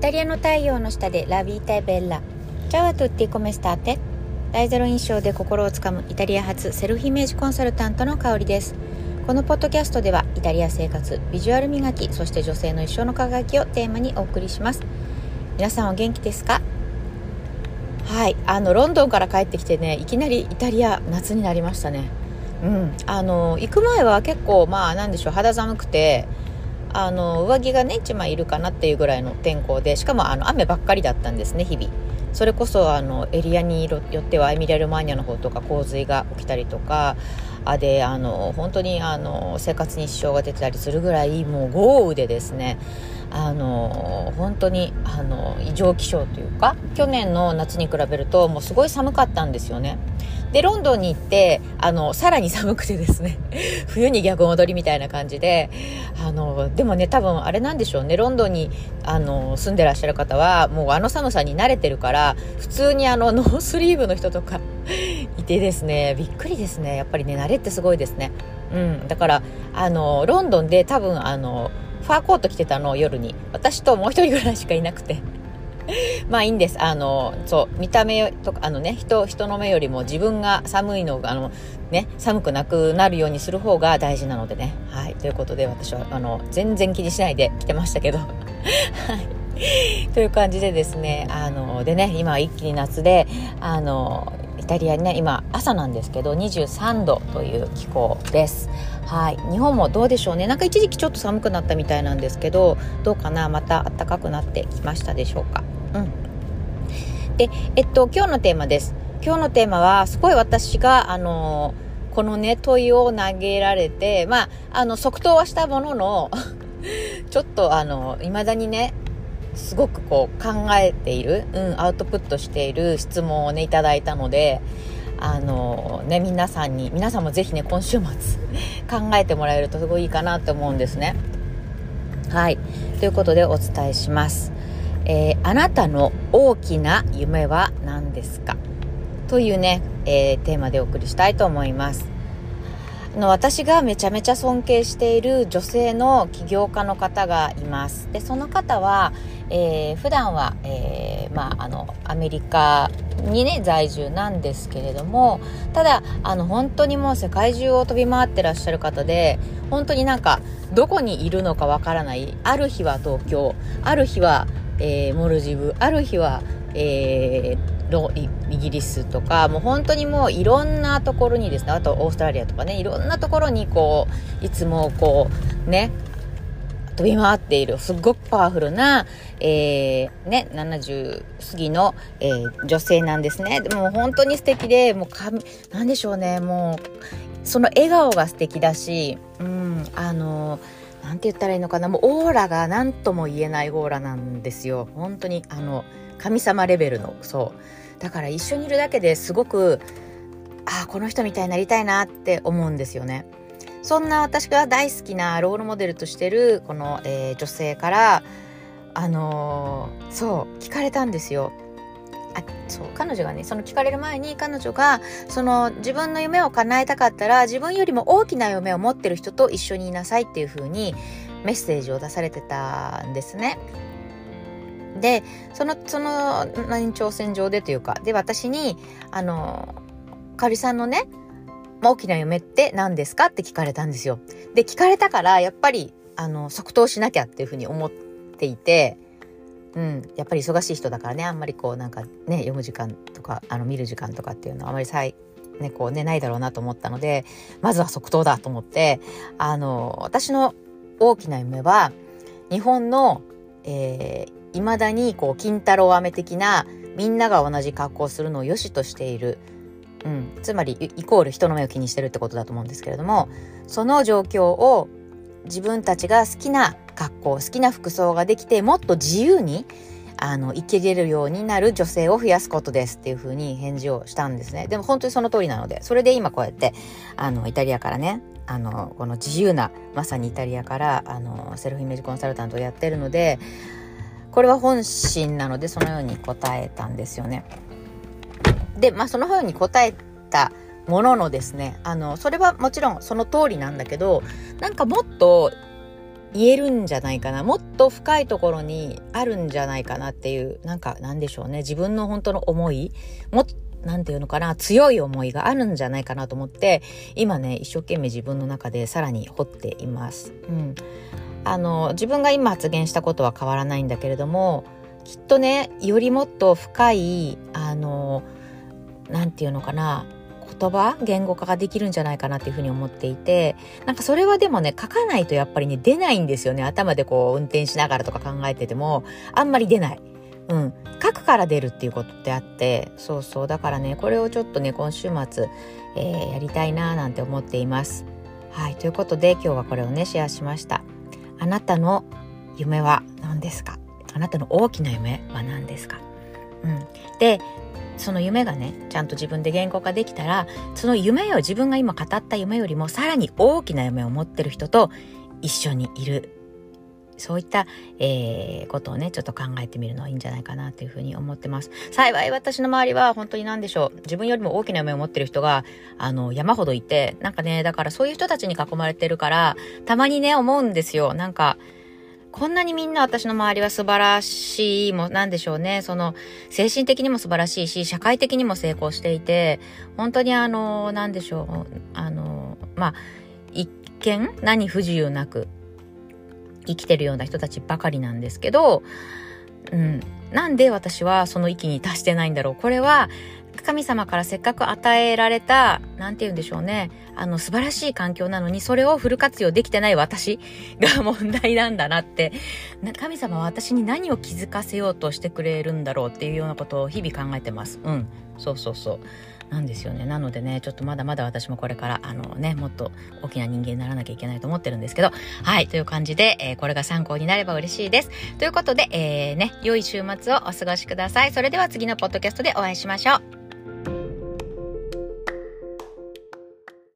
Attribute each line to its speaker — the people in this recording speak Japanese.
Speaker 1: タリアの太陽の下でラビータ・ベッラ。チャワトゥッティコメスターテ。第ゼロ印象で心をつかむイタリア発セルフイメージコンサルタントの香りです。このポッドキャストではイタリア生活、ビジュアル磨き、そして女性の一生の輝きをテーマにお送りします。皆さんお元気ですか？はい、ロンドンから帰ってきてね、いきなりイタリア夏になりましたね。行く前は結構肌寒くて上着がね1枚いるかなっていうぐらいの天候で、しかも雨ばっかりだったんですね。日々それこそエリアによってはエミリア・ロマーニャの方とか洪水が起きたりとかで本当に生活に支障が出てたりするぐらい、もう豪雨でですね、本当に異常気象というか、去年の夏に比べるともうすごい寒かったんですよね。でロンドンに行ってさらに寒くてですね冬に逆戻りみたいな感じででもね、多分あれなんでしょうね、ロンドンに住んでらっしゃる方はもう寒さに慣れてるから、普通にノースリーブの人とかいてですね、びっくりですね。やっぱりね、慣れってすごいですね。だからロンドンで多分ファーコート着てたのを夜に、私ともう一人ぐらいしかいなくてまあいいんです。そう見た目とか人の目よりも自分が寒いのが寒くなくなるようにする方が大事なのでね。はい、ということで私は全然気にしないで来てましたけどはいという感じでですね、でね、今一気に夏でイタリアにね、今朝なんですけど23度という気候です。はい、日本もどうでしょうね。なんか一時期ちょっと寒くなったみたいなんですけど、どうかな、また暖かくなってきましたでしょうか。で、今日のテーマです。今日のテーマはすごい私がこのね問いを投げられて、即答はしたもののちょっと未だにねすごくこう考えている、アウトプットしている質問をねいただいたので、皆さんもぜひね今週末考えてもらえるとすごいいいかなと思うんですね。はい、ということでお伝えします。あなたの大きな夢は何ですかというね、テーマでお送りしたいと思います。私がめちゃめちゃ尊敬している女性の起業家の方がいます。でその方は、普段は、アメリカにね在住なんですけれども、ただ本当にもう世界中を飛び回ってらっしゃる方で、本当になんかどこにいるのかわからない。ある日は東京、ある日はモルジブ、ある日は、イギリスとか、もう本当にもういろんなところにですね、あとオーストラリアとかね、いろんなところにこういつもこうね飛び回っているすごくパワフルな、70過ぎの、女性なんですね。でも本当に素敵で、もうなんでしょうね、もうその笑顔が素敵だし、なんて言ったらいいのかな、もうオーラが何とも言えないオーラなんですよ。本当に神様レベルの。そうだから一緒にいるだけですごくこの人みたいになりたいなって思うんですよね。そんな私が大好きなロールモデルとしてるこの、女性から聞かれたんですよ。彼女がね、その聞かれる前に彼女がその自分の夢を叶えたかったら自分よりも大きな夢を持ってる人と一緒にいなさいっていう風にメッセージを出されてたんですね。でその延長線上でというかで、私にかおりさんのね大きな夢って何ですかって聞かれたんですよ。で聞かれたからやっぱり即答しなきゃっていう風に思っていて、やっぱり忙しい人だからね、あんまりこうなんかね読む時間とか見る時間とかっていうのはあまりないだろうなと思ったので、まずは即答だと思って私の大きな夢は日本の未だにこう金太郎飴的なみんなが同じ格好をするのを良しとしている、つまりイコール人の目を気にしてるってことだと思うんですけれども、その状況を自分たちが好きな格好、好きな服装ができてもっと自由に生きれるようになる女性を増やすことですっていう風に返事をしたんですね。でも本当にその通りなので、それで今こうやってイタリアからねこの自由な、まさにイタリアからセルフイメージコンサルタントをやってるので、これは本心なのでそのように答えたんですよね。でそのように答えたもののですね、それはもちろんその通りなんだけど、なんかもっと言えるんじゃないかな、もっと深いところにあるんじゃないかなっていう、なんでしょうね、自分の本当の思い、なんていうのかな、強い思いがあるんじゃないかなと思って、今ね一生懸命自分の中でさらに掘っています。自分が今発言したことは変わらないんだけれども、きっとねよりもっと深いなんていうのかな、言語化ができるんじゃないかなっていうふうに思っていて、それはでもね書かないとやっぱりね出ないんですよね。頭でこう運転しながらとか考えててもあんまり出ない。書くから出るっていうことってあって、そうだからねこれをちょっとね今週末、やりたいななんて思っています。はい、ということで今日はこれをねシェアしました。あなたの夢は何ですか？あなたの大きな夢は何ですか？でその夢がねちゃんと自分で言語化できたら、その夢を自分が今語った夢よりもさらに大きな夢を持ってる人と一緒にいる、そういった、ことをねちょっと考えてみるのはいいんじゃないかなというふうに思ってます。幸い私の周りは本当に何でしょう、自分よりも大きな夢を持ってる人が山ほどいて、だからそういう人たちに囲まれてるから、たまにね思うんですよ。こんなにみんな私の周りは素晴らしい、なんでしょうね、その精神的にも素晴らしいし社会的にも成功していて、本当になんでしょう、一見何不自由なく生きてるような人たちばかりなんですけど、なんで私はその域に達してないんだろう。これは神様からせっかく与えられた、なんて言うんでしょうね、素晴らしい環境なのにそれをフル活用できてない私が問題なんだなって、神様は私に何を気づかせようとしてくれるんだろうっていうようなことを日々考えてます。そうなんですよね。なのでねちょっとまだまだ私もこれからもっと大きな人間にならなきゃいけないと思ってるんですけど、はいという感じで、これが参考になれば嬉しいです。ということで良い週末をお過ごしください。それでは次のポッドキャストでお会いしましょう。